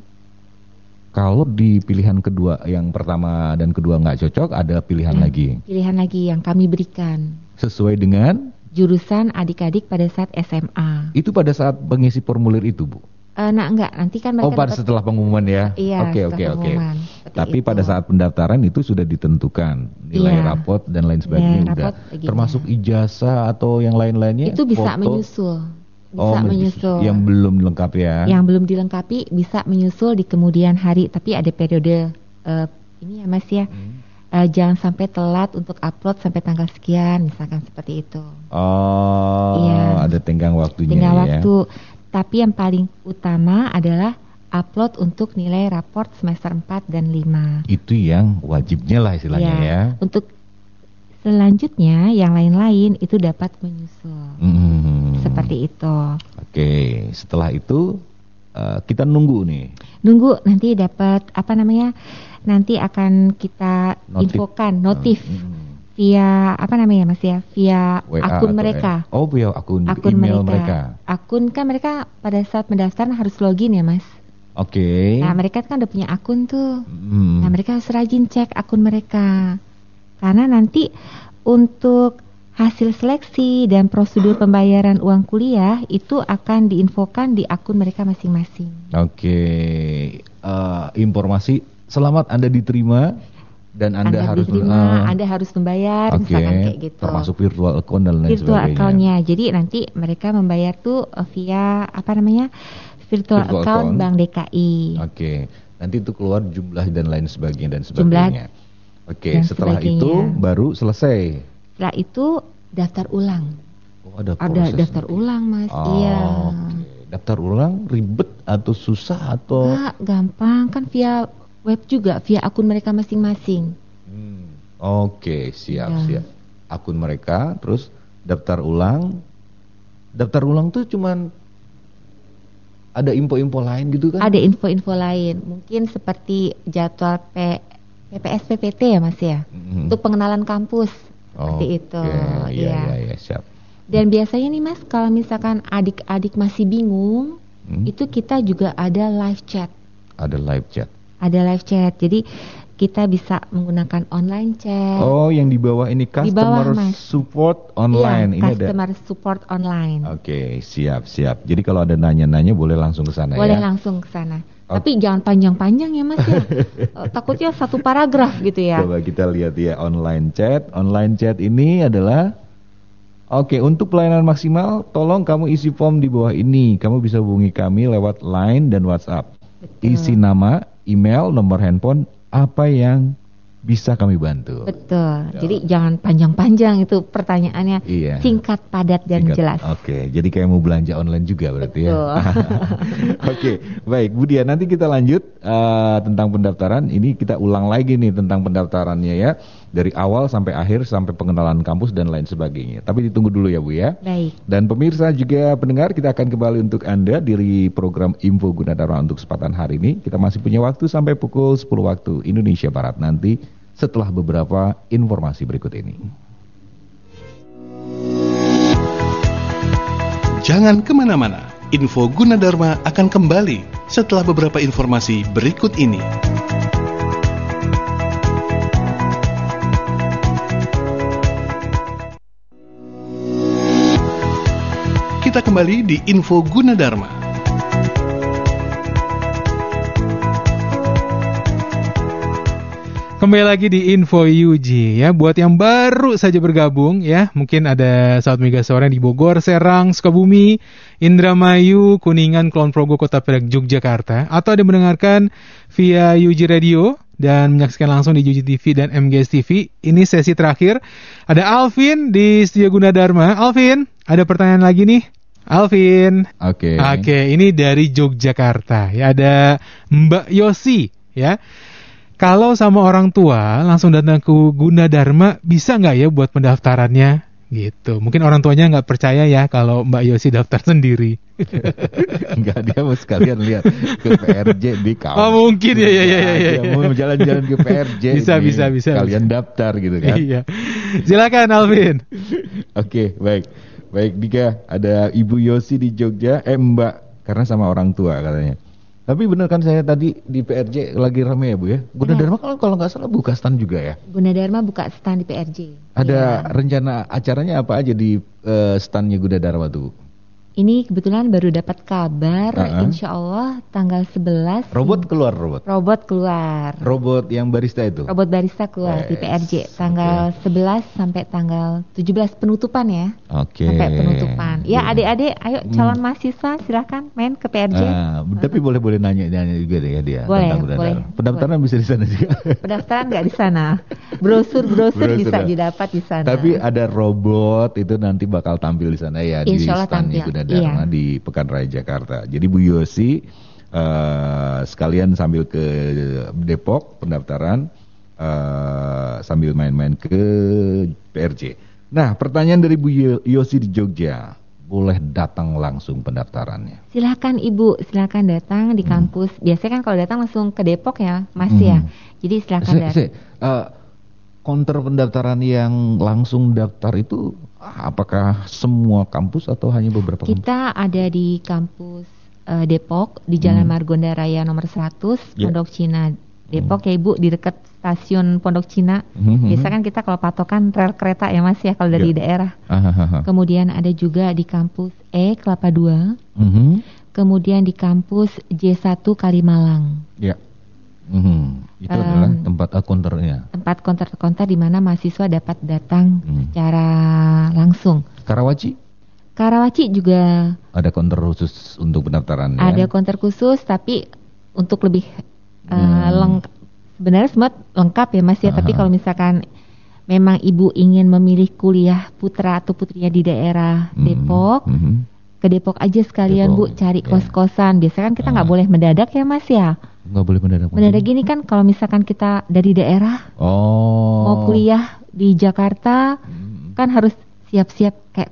Kalau di pilihan kedua, yang pertama dan kedua nggak cocok, ada pilihan Nah, lagi. Pilihan lagi yang kami berikan. Sesuai dengan Jurusan adik-adik pada saat S M A. itu pada saat mengisi formulir itu, Bu. Eh, nah enggak, nanti kan Oh, mereka pada dapat- setelah pengumuman ya. Iya, Oke, setelah oke, oke. pengumuman. Seperti Tapi itu. pada saat pendaftaran itu sudah ditentukan nilai Iya. raport dan lain sebagainya Nilai udah. raport begini. Termasuk ijazah atau yang lain-lainnya. itu bisa foto. menyusul. Bisa Oh, menyusul. Yang belum lengkap ya. Yang belum dilengkapi bisa menyusul di kemudian hari, tapi ada periode eh, ini ya Mas ya. Hmm. Eh, jangan sampai telat untuk upload sampai tanggal sekian, misalkan seperti itu. Oh, Iya. ada tenggang waktunya Tinggal ya. waktu. Tapi yang paling utama adalah upload untuk nilai raport semester empat dan lima. Itu yang wajibnya lah istilahnya Iya. ya. Untuk selanjutnya yang lain-lain itu dapat menyusul. Hmm. Seperti itu. Oke, setelah itu uh, kita nunggu nih. Nunggu nanti dapat apa namanya? Nanti akan kita Notif. infokan notif Hmm. via apa namanya Mas ya? Via W A akun atau mereka. E- Oh, via akun, Akun email mereka. mereka. Akun kan mereka pada saat mendaftar harus login ya Mas. Oke. Nah mereka kan udah punya akun tuh. Hmm. Nah mereka harus rajin cek akun mereka. Karena nanti untuk hasil seleksi dan prosedur pembayaran uang kuliah itu akan diinfokan di akun mereka masing-masing. Oke, uh, informasi selamat Anda diterima dan Anda, Anda harus diterima, uh, Anda harus membayar, Oke, misalkan kayak gitu. termasuk virtual account dan lain Virtual sebagainya. account-nya. Jadi nanti mereka membayar tuh uh, via apa namanya virtual, Virtual account, account. Bank D K I. Oke, nanti itu keluar jumlah dan lain sebagainya dan Jumlah sebagainya. Oke, dan setelah sebagainya. itu baru selesai. Setelah itu daftar ulang. Oh, ada Ada proses daftar nanti. ulang Mas. Oh, Iya. oke. Daftar ulang ribet atau susah atau? Enggak, gampang kan via web juga, via akun mereka masing-masing. Hmm, Oke, siap Ya. siap. Akun mereka, terus daftar ulang. Daftar ulang tuh cuman ada info-info lain gitu kan? Ada info-info lain, mungkin seperti jadwal P, P P S P P T ya Mas ya, Mhm. untuk pengenalan kampus seperti Oke, itu. Iya, Iya. iya, iya, siap. Dan biasanya nih Mas, kalau misalkan adik-adik masih bingung, Hmm, itu kita juga ada live chat, Ada live chat. ada live chat. Jadi kita bisa menggunakan online chat. Oh, yang di bawah ini Di bawah, customer Mas. support online. Iya, Ini ada. customer support online. Oke, siap, siap. Jadi kalau ada nanya-nanya boleh langsung ke sana Boleh ya. langsung ke sana. Oke. Tapi jangan panjang-panjang ya Mas ya. Eh, takutnya satu paragraf gitu ya. Coba kita lihat ya online chat. Online chat ini adalah Oke, untuk pelayanan maksimal, tolong kamu isi form di bawah ini. Kamu bisa hubungi kami lewat Line dan WhatsApp. Betul. Isi nama, email, nomor handphone, apa yang bisa kami bantu. Betul. Jadi jangan panjang-panjang itu pertanyaannya. Iya. Singkat, padat dan Singkat. jelas. Oke, jadi kayak mau belanja online juga berarti ya. Betul. Oke, baik Bu Dia, nanti kita lanjut uh, tentang pendaftaran. Ini kita ulang lagi nih tentang pendaftarannya ya. Dari awal sampai akhir, sampai pengenalan kampus dan lain sebagainya. Tapi ditunggu dulu ya Bu ya. Baik. Dan pemirsa juga pendengar, kita akan kembali untuk Anda dari program Info Gunadarma untuk kesempatan hari ini. Kita masih punya waktu sampai pukul sepuluh waktu Indonesia Barat nanti setelah beberapa informasi berikut ini. Jangan kemana-mana, Info Gunadarma akan kembali setelah beberapa informasi berikut ini. Kita kembali di Info Gunadarma. Kembali lagi di Info U G ya, buat yang baru saja bergabung ya, mungkin ada sahabat Mega Suara di Bogor, Serang, Sukabumi, Indramayu, Kuningan, Kulon Progo, Kota Perak, Yogyakarta, atau ada mendengarkan via U G Radio dan menyaksikan langsung di U G T V dan M G S T V. Ini sesi terakhir. Ada Alvin di Studio Gunadarma. Alvin, ada pertanyaan lagi nih. Alvin. Oke. Oke, ini dari Yogyakarta. Ya, ada Mbak Yosi ya. Kalau sama orang tua langsung datang ke Gunadarma, bisa nggak ya buat pendaftarannya? Gitu. Mungkin orang tuanya nggak percaya ya kalau Mbak Yosi daftar sendiri. Enggak, dia mau sekalian lihat ke P R J di kampus. Oh mungkin ya ya ya ya. ya. Dia mau jalan-jalan ke P R J. Bisa, nih. bisa, bisa, Kalian bisa. daftar gitu kan. Iya. Silakan Alvin. Oke, baik. Baik, Dika, ada Ibu Yosi di Jogja, eh Mbak, karena sama orang tua katanya. Tapi benar kan saya tadi di P R J lagi rame ya Bu ya? Gunadarma kalau kalau nggak salah buka stand juga ya? Gunadarma buka stand di P R J. Ada Iya. rencana acaranya apa aja di eh, standnya Gunadarma tuh? Ini kebetulan baru dapat kabar, Uh-uh. insya Allah tanggal sebelas. Robot keluar robot. Robot keluar. Robot yang barista itu. Robot barista keluar di P R J Yes, tanggal sebelas sampai tanggal tujuh belas penutupan ya. Oke. Sampai penutupan. Ya Iya. adik-adik, ayo Hmm. calon mahasiswa silahkan main ke P R J. Ah, tapi boleh-boleh nanya-nanya juga deh ya dia Boleh, tentang Gunadarma. boleh, Pendaftaran bisa di sana juga. Pendaftaran nggak di sana. Brosur-brosur Brosur bisa ya. didapat di sana. Tapi ada robot itu nanti bakal tampil di sana ya Insya Allah di standnya tampil, Gunadarma iya. di Pekan Raya Jakarta. Jadi Bu Yosi eh, sekalian sambil ke Depok pendaftaran eh, uh, sambil main-main ke P R J. Nah, pertanyaan dari Bu Yosi di Jogja, boleh datang langsung pendaftarannya? Silakan Ibu, silakan datang di kampus. Hmm. Biasanya kan kalau datang langsung ke Depok ya, Mas hmm. ya. Jadi silakan se, datang. Se, uh, counter pendaftaran yang langsung daftar itu apakah semua kampus atau hanya beberapa kampus? Kita ada di kampus uh, Depok di Jalan hmm. Margonda Raya nomor seratus, yeah. Pondok Cina Depok hmm. ya Ibu, di dekat stasiun Pondok Cina. Hmm. Biasa kan kita kalau patokan rel kereta ya Mas ya kalau dari yeah. daerah. Ahaha. Kemudian ada juga di kampus E Kelapa dua. Hmm. Kemudian di kampus J satu Kalimalang. Ya. Yeah. Hmm. Itu um, adalah tempat counternya. Tempat counter-counter di mana mahasiswa dapat datang hmm. secara langsung. Karawaci? Karawaci juga ada counter khusus untuk pendaftaran. Ada ya? counter khusus, tapi untuk lebih uh, hmm. lengkap. Sebenarnya semua lengkap ya Mas ya. Aha. Tapi kalau misalkan memang Ibu ingin memilih kuliah putra atau putrinya di daerah hmm. Depok, hmm. ke Depok aja sekalian Depok. Bu, cari yeah. kos-kosan. Biasanya kan kita nggak boleh mendadak ya Mas ya. Nggak boleh mendadak. Mendadak gini kan kalau misalkan kita dari daerah oh. mau kuliah di Jakarta hmm. kan harus siap-siap kayak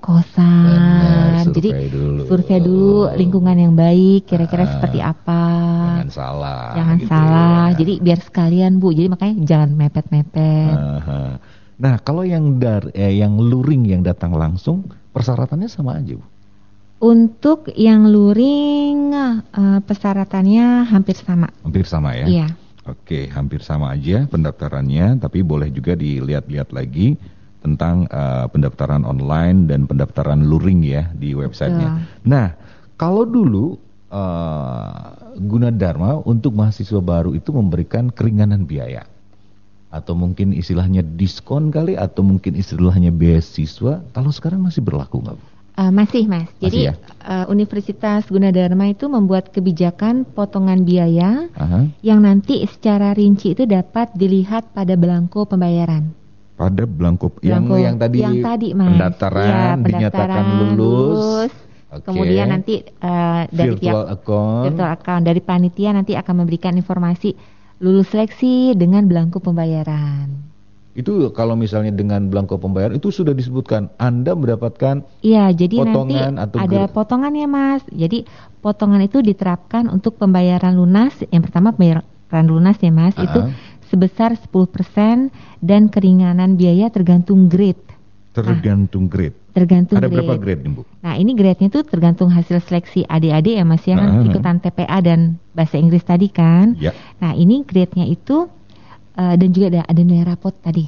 kosan. Benar, jadi dulu. survei dulu lingkungan yang baik kira-kira ah, seperti apa. Jangan salah. Jangan gitu salah. Ya. Jadi biar sekalian Bu. Jadi makanya jangan mepet-mepet. Aha. Nah kalau yang dar, eh, yang luring yang datang langsung persyaratannya sama aja Bu. Untuk yang luring uh, persyaratannya hampir sama. Hampir sama ya? Iya. Oke, hampir sama aja pendaftarannya, tapi boleh juga dilihat-lihat lagi tentang uh, pendaftaran online dan pendaftaran luring ya di websitenya. Betul. Nah, kalau dulu uh, Gunadarma untuk mahasiswa baru itu memberikan keringanan biaya. Atau mungkin istilahnya diskon kali, atau mungkin istilahnya beasiswa. Kalau sekarang masih berlaku nggak Bu? Uh, masih Mas, jadi masih, ya? uh, Universitas Gunadarma itu membuat kebijakan potongan biaya Aha. yang nanti secara rinci itu dapat dilihat pada belangko pembayaran. Pada belangko, belangko yang, yang tadi, yang tadi Mas. Pendaftaran, ya, pendaftaran dinyatakan lulus, lulus. Okay. Kemudian nanti uh, dari virtual pihak account. virtual account dari panitia nanti akan memberikan informasi lulus seleksi dengan belangko pembayaran. Itu kalau misalnya dengan belangko pembayaran itu sudah disebutkan Anda mendapatkan Iya, jadi potongan nanti atau ada ger- potongan ya Mas. Jadi potongan itu diterapkan untuk pembayaran lunas. Yang pertama pembayaran lunas ya Mas, uh-huh. itu sebesar sepuluh persen dan keringanan biaya tergantung grade. Tergantung nah, grade. Tergantung ada grade. berapa grade nih Bu? Nah ini grade-nya itu tergantung hasil seleksi adik-adik ya Mas ya, kan uh-huh. ikutan T P A dan bahasa Inggris tadi kan. Ya. Nah ini grade-nya itu Uh, dan juga ada ada nilai rapot tadi.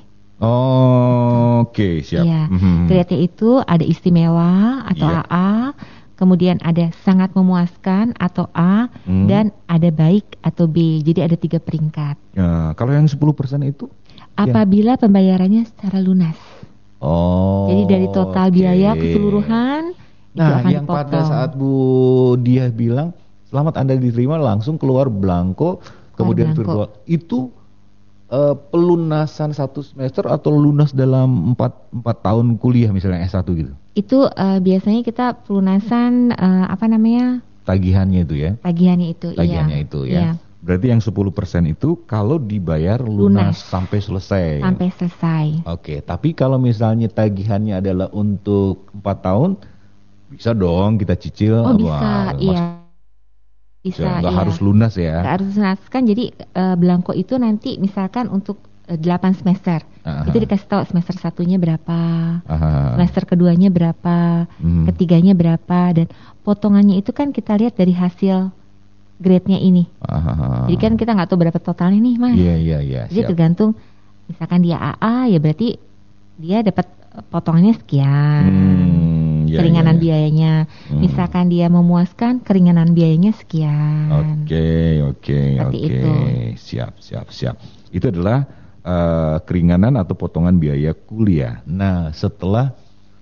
Oh, oke okay, siap. Iya. Mm-hmm. Grade itu ada istimewa atau yeah. A A, kemudian ada sangat memuaskan atau A, mm. dan ada baik atau B. Jadi ada tiga peringkat. Ya, kalau yang sepuluh persen itu? Apabila ya. pembayarannya secara lunas. Oh. Jadi dari total okay. biaya keseluruhan nah, itu akan yang dipotong. pada saat Bu dia bilang selamat Anda diterima langsung keluar belangko, kemudian virtual itu. Uh, pelunasan satu semester atau lunas dalam empat, empat tahun kuliah misalnya S satu gitu? Itu uh, biasanya kita pelunasan uh, apa namanya? Tagihannya itu ya? Tagihannya itu, Tagihannya iya. itu ya? Iya. Berarti yang sepuluh persen itu kalau dibayar lunas, lunas sampai selesai? Sampai selesai. Oke, tapi kalau misalnya tagihannya adalah untuk empat tahun, bisa dong kita cicil? Oh bisa, Wah, iya. Bisa, nggak iya. harus lunas ya? Nggak harus lunas kan, jadi uh, belangko itu nanti misalkan untuk uh, delapan semester, Aha. itu dikasih tahu semester satunya berapa, Aha. semester keduanya berapa, hmm. ketiganya berapa, dan potongannya itu kan kita lihat dari hasil grade-nya ini. Aha. Jadi kan kita nggak tahu berapa totalnya nih Mas. Iya iya iya. Jadi siap. Tergantung, misalkan dia A A ya berarti dia dapat potongannya sekian. Hmm. Ya, keringanan ya, ya. biayanya, hmm. misalkan dia memuaskan, keringanan biayanya sekian. Oke, oke, oke, siap, siap, siap. Itu adalah uh, keringanan atau potongan biaya kuliah. Nah, setelah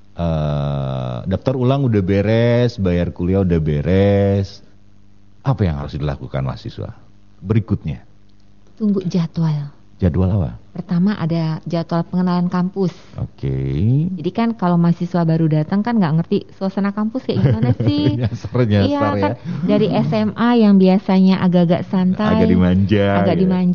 uh, daftar ulang udah beres, bayar kuliah udah beres, apa yang harus dilakukan mahasiswa berikutnya? Tunggu jadwal. Jadwal apa? Pertama ada jadwal pengenalan kampus. Oke. Okay. Jadi kan kalau mahasiswa baru datang kan nggak ngerti suasana kampus kayak gimana sih? nyasar, nyasar, iya ya. kan dari S M A yang biasanya agak-agak santai, agak dimanja, agak gitu. dimanja.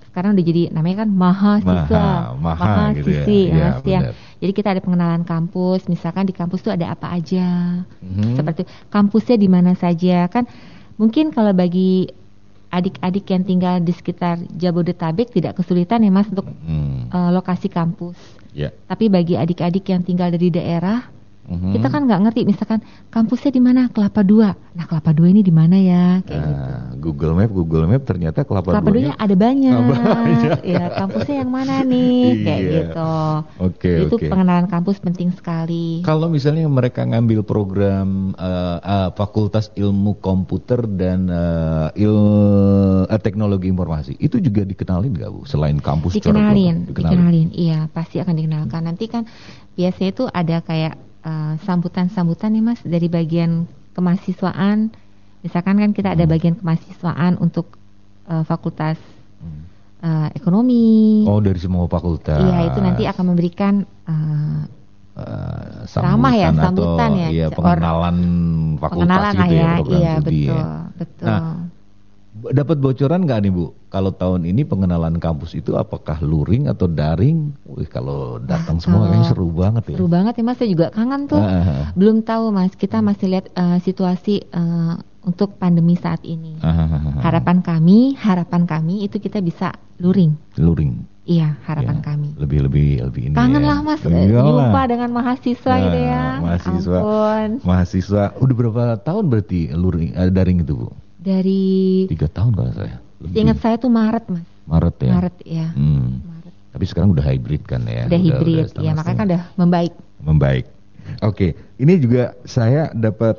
sekarang udah jadi namanya kan mahasiswa, Maha, maha mahasiswi, gitu ya. ya, Ya, ya. benar. Jadi kita ada pengenalan kampus, misalkan di kampus tuh ada apa aja, Mhm. seperti kampusnya di mana saja kan. Mungkin kalau bagi adik-adik yang tinggal di sekitar Jabodetabek tidak kesulitan ya Mas untuk Mhm. uh, lokasi kampus. Ya. Tapi bagi adik-adik yang tinggal dari daerah, Mhm. kita kan nggak ngerti, misalkan kampusnya di mana, Kelapa Dua. Nah Kelapa Dua ini di mana ya, kayak gitu. Nah, Google Map, Google Map ternyata Kelapa, Kelapa Duanya Duanya. ada banyak, Oh, banyak. ya kampusnya yang mana nih, kayak Iya. gitu. Oke, Itu oke. pengenalan kampus penting sekali. Kalau misalnya mereka ngambil program uh, uh, Fakultas Ilmu Komputer dan uh, il, uh, Teknologi Informasi, itu juga dikenalin nggak Bu? Selain kampus secara Dikenalin, global? dikenalin, iya pasti akan dikenalkan. Nanti kan biasanya itu ada kayak uh, sambutan-sambutan nih Mas dari bagian kemahasiswaan. Misalkan kan kita ada Hmm. bagian kemahasiswaan untuk uh, fakultas Hmm. uh, ekonomi. Oh, dari semua fakultas. Iya, itu nanti akan memberikan uh, Uh, Ramah ya, sambutan sambutan atau, ya, iya, or- pengenalan fakultas pengenalan gitu lah ya, ya. program Iya, studi betul, ya. betul. Nah, B- dapat bocoran nggak nih Bu? Kalau tahun ini pengenalan kampus itu apakah luring atau daring? Wih, kalau datang Nah, semua kalau kayaknya seru banget ya. Seru banget ya Mas, saya juga kangen tuh. Ah, Belum tahu Mas, kita masih lihat uh, situasi uh, untuk pandemi saat ini. ah, ah, ah, ah. Harapan kami, harapan kami itu kita bisa luring. Luring. Iya, harapan Ya, kami. Lebih lebih lebih ini. Kangen ya. lah Mas, eh, Iyalah. jumpa dengan mahasiswa Nah, gitu ya. mahasiswa. Ampun. Mahasiswa udah berapa tahun berarti luring eh, daring itu Bu? Dari Tiga tahun kalau saya. Lebih. ingat saya tuh Maret Mas. Maret ya. Maret ya. Hmm. Maret. Tapi sekarang udah hybrid kan ya. Udah hibrid, ya setengah-setengah. makanya kan udah membaik. Membaik. Oke, ini juga saya dapat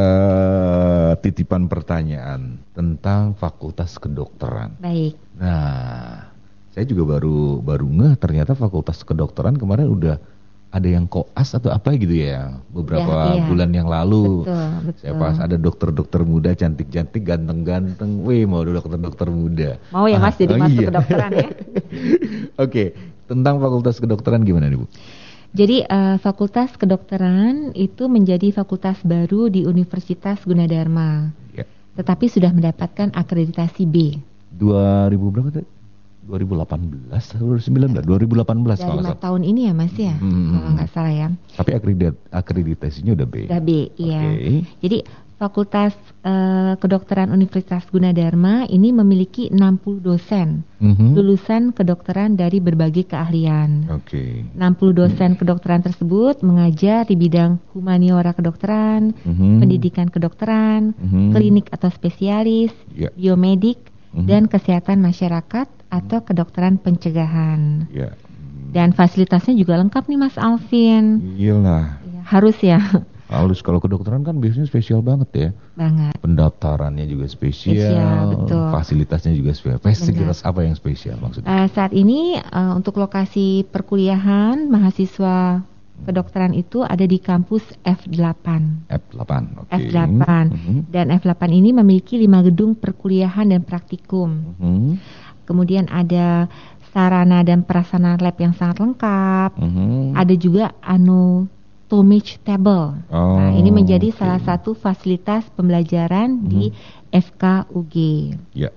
eh, titipan pertanyaan tentang Fakultas Kedokteran. Baik. Nah, saya juga baru baru ngeh ternyata Fakultas Kedokteran kemarin udah ada yang koas atau apa gitu ya beberapa Ya, iya. bulan yang lalu. Betul, betul. Saya pas ada dokter-dokter muda cantik-cantik, ganteng-ganteng, wih mau dokter-dokter muda. Mau ya Mas Ah, jadi oh masuk iya. kedokteran ya. Oke, tentang Fakultas Kedokteran gimana nih Bu? Jadi uh, Fakultas Kedokteran itu menjadi fakultas baru di Universitas Gunadarma. Ya. Tetapi sudah mendapatkan akreditasi B. dua ribu berapa tadi? dua ribu delapan belas, dua ribu sembilan belas, dua ribu delapan belas Dari kalau nggak lima salah. tahun ini ya Mas ya, Hmm. kalau nggak salah ya. Tapi akredit akreditasinya udah B. Sudah B, iya. Oke. Jadi Fakultas uh, Kedokteran Universitas Gunadarma ini memiliki enam puluh dosen Mhm. lulusan kedokteran dari berbagai keahlian. Oke. enam puluh dosen kedokteran tersebut mengajar di bidang humaniora kedokteran, Mhm. pendidikan kedokteran, Mhm. klinik atau spesialis, Ya. biomedik, Mhm. dan kesehatan masyarakat atau kedokteran pencegahan. Ya. Dan fasilitasnya juga lengkap nih Mas Alvin. Iyalah. Ya, harus ya, Halus kalau kedokteran kan biasanya spesial banget ya. banget. Pendaftarannya juga spesial, Spesial, betul. fasilitasnya juga spesial. Fasilitas apa yang spesial maksudnya? Eh, saat ini eh, untuk lokasi perkuliahan mahasiswa kedokteran itu ada di kampus F delapan. F delapan. Oke. F delapan. Mhm. Dan F delapan ini memiliki lima gedung perkuliahan dan praktikum. Mhm. Kemudian ada sarana dan prasarana lab yang sangat lengkap. Mhm. Ada juga anatomic table. Oh, Nah, ini menjadi oke. salah satu fasilitas pembelajaran di F K U G. Ya.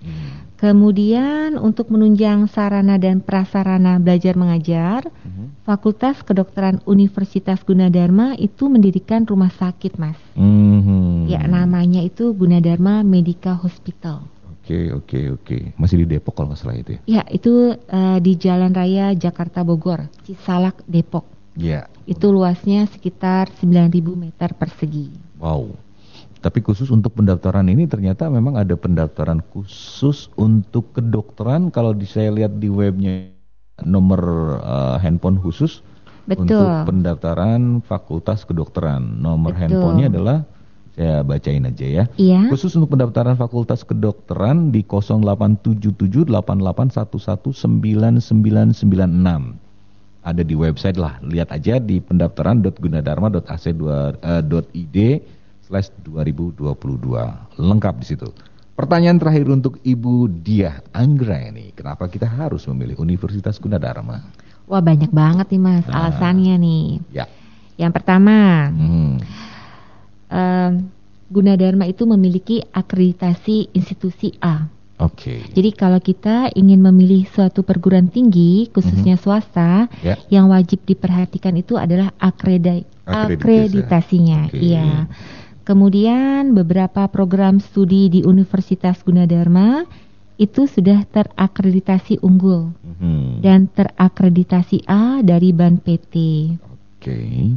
Kemudian untuk menunjang sarana dan prasarana belajar mengajar, Mhm. Fakultas Kedokteran Universitas Gunadarma itu mendirikan rumah sakit, Mas. Mhm. Ya, namanya itu Gunadarma Medica Hospital. Oke, oke, oke. Masih di Depok kalau nggak salah itu ya? Ya, itu eh, di Jalan Raya Jakarta Bogor, Cisalak, Depok. Iya. Itu luasnya sekitar sembilan ribu meter persegi. Wow. Tapi khusus untuk pendaftaran ini ternyata memang ada pendaftaran khusus untuk kedokteran. Kalau di, saya lihat di webnya nomor eh, handphone khusus Betul. untuk pendaftaran Fakultas Kedokteran. Nomor Betul. handphonenya adalah, saya bacain aja ya. Iya. Khusus untuk pendaftaran Fakultas Kedokteran di nol delapan tujuh tujuh delapan delapan satu satu sembilan sembilan sembilan enam. Ada di website lah, lihat aja di pendaftaran dot gunadarma dot a c dot i d slash dua ribu dua puluh dua. Lengkap di situ. Pertanyaan terakhir untuk Ibu Diah Anggra ini, kenapa kita harus memilih Universitas Gunadarma? Wah, banyak banget nih, Mas, Nah. alasannya nih. Ya. Yang pertama, Hmm. em, Gunadarma itu memiliki akreditasi institusi A. Oke. Jadi kalau kita ingin memilih suatu perguruan tinggi, khususnya mm-hmm. swasta, yeah. yang wajib diperhatikan itu adalah akredi- akreditasinya. Okay. Iya. Kemudian beberapa program studi di Universitas Gunadarma itu sudah terakreditasi unggul mm-hmm. dan terakreditasi A dari Ban P T. Oke. Okay.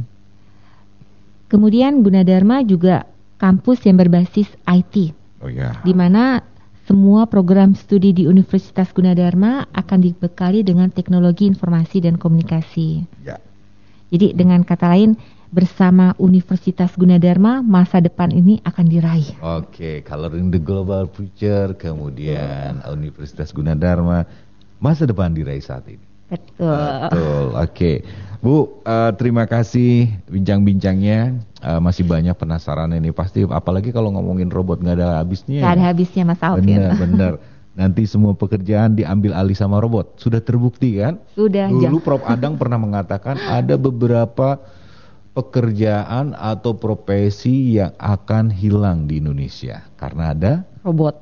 Kemudian Gunadarma juga kampus yang berbasis I T. Oh ya. Di mana semua program studi di Universitas Gunadarma akan dibekali dengan teknologi informasi dan komunikasi. Ya. Jadi dengan kata lain, bersama Universitas Gunadarma masa depan ini akan diraih. Oke, coloring the global future, kemudian oh. Universitas Gunadarma, masa depan diraih saat ini. Betul. Betul. Oke, Bu, uh, terima kasih bincang-bincangnya. Uh, masih banyak penasaran ini pasti, apalagi kalau ngomongin robot nggak ada habisnya. Nggak ada habisnya, Mas Alvin. Benar, benar. Nanti semua pekerjaan diambil alih sama robot. Sudah terbukti kan? Sudah. Dulu Prof Adang pernah mengatakan ada beberapa pekerjaan atau profesi yang akan hilang di Indonesia karena ada robot.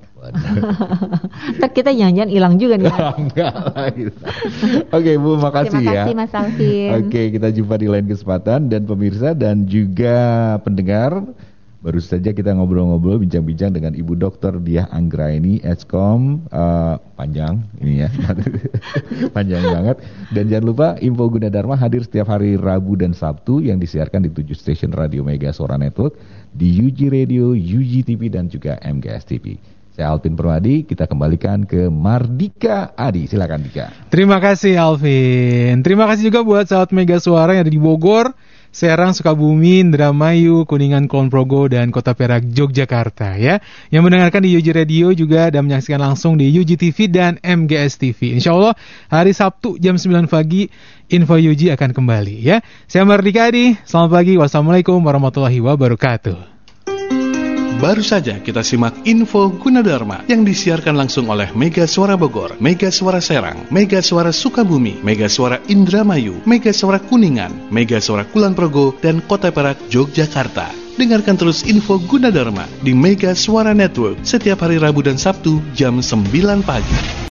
Ntar kita jangan-jangan hilang juga nih. Enggak lah gitu. Oke Bu, makasih ya. Terima kasih Mas Alvin. Oke, kita jumpa di lain kesempatan. Dan pemirsa dan juga pendengar, baru saja kita ngobrol-ngobrol, bincang-bincang dengan Ibu Doktor Diah Anggraini, Eskom, uh, panjang ini ya, panjang banget. Dan jangan lupa Info Gunadarma hadir setiap hari Rabu dan Sabtu yang disiarkan di tujuh stasiun Radio Mega Suara Network, di U G Radio, U G T V dan juga M G S T V. Saya Alvin Permadi, kita kembalikan ke Mardika Adi. Silakan Dika. Terima kasih Alvin. Terima kasih juga buat sahabat Mega Suara yang ada di Bogor, Serang, Sukabumi, Indramayu, Kuningan, Kulon Progo, dan Kota Perak, Yogyakarta ya. Yang mendengarkan di U G Radio juga dan menyaksikan langsung di U G T V dan M G S T V. Insya Allah hari Sabtu jam sembilan pagi Info U G akan kembali ya. Saya Mardika Adi, selamat pagi, wassalamualaikum warahmatullahi wabarakatuh. Baru saja kita simak Info Gunadarma yang disiarkan langsung oleh Mega Suara Bogor, Mega Suara Serang, Mega Suara Sukabumi, Mega Suara Indramayu, Mega Suara Kuningan, Mega Suara Kulon Progo, dan Kota Perak, Yogyakarta. Dengarkan terus Info Gunadarma di Mega Suara Network setiap hari Rabu dan Sabtu jam sembilan pagi.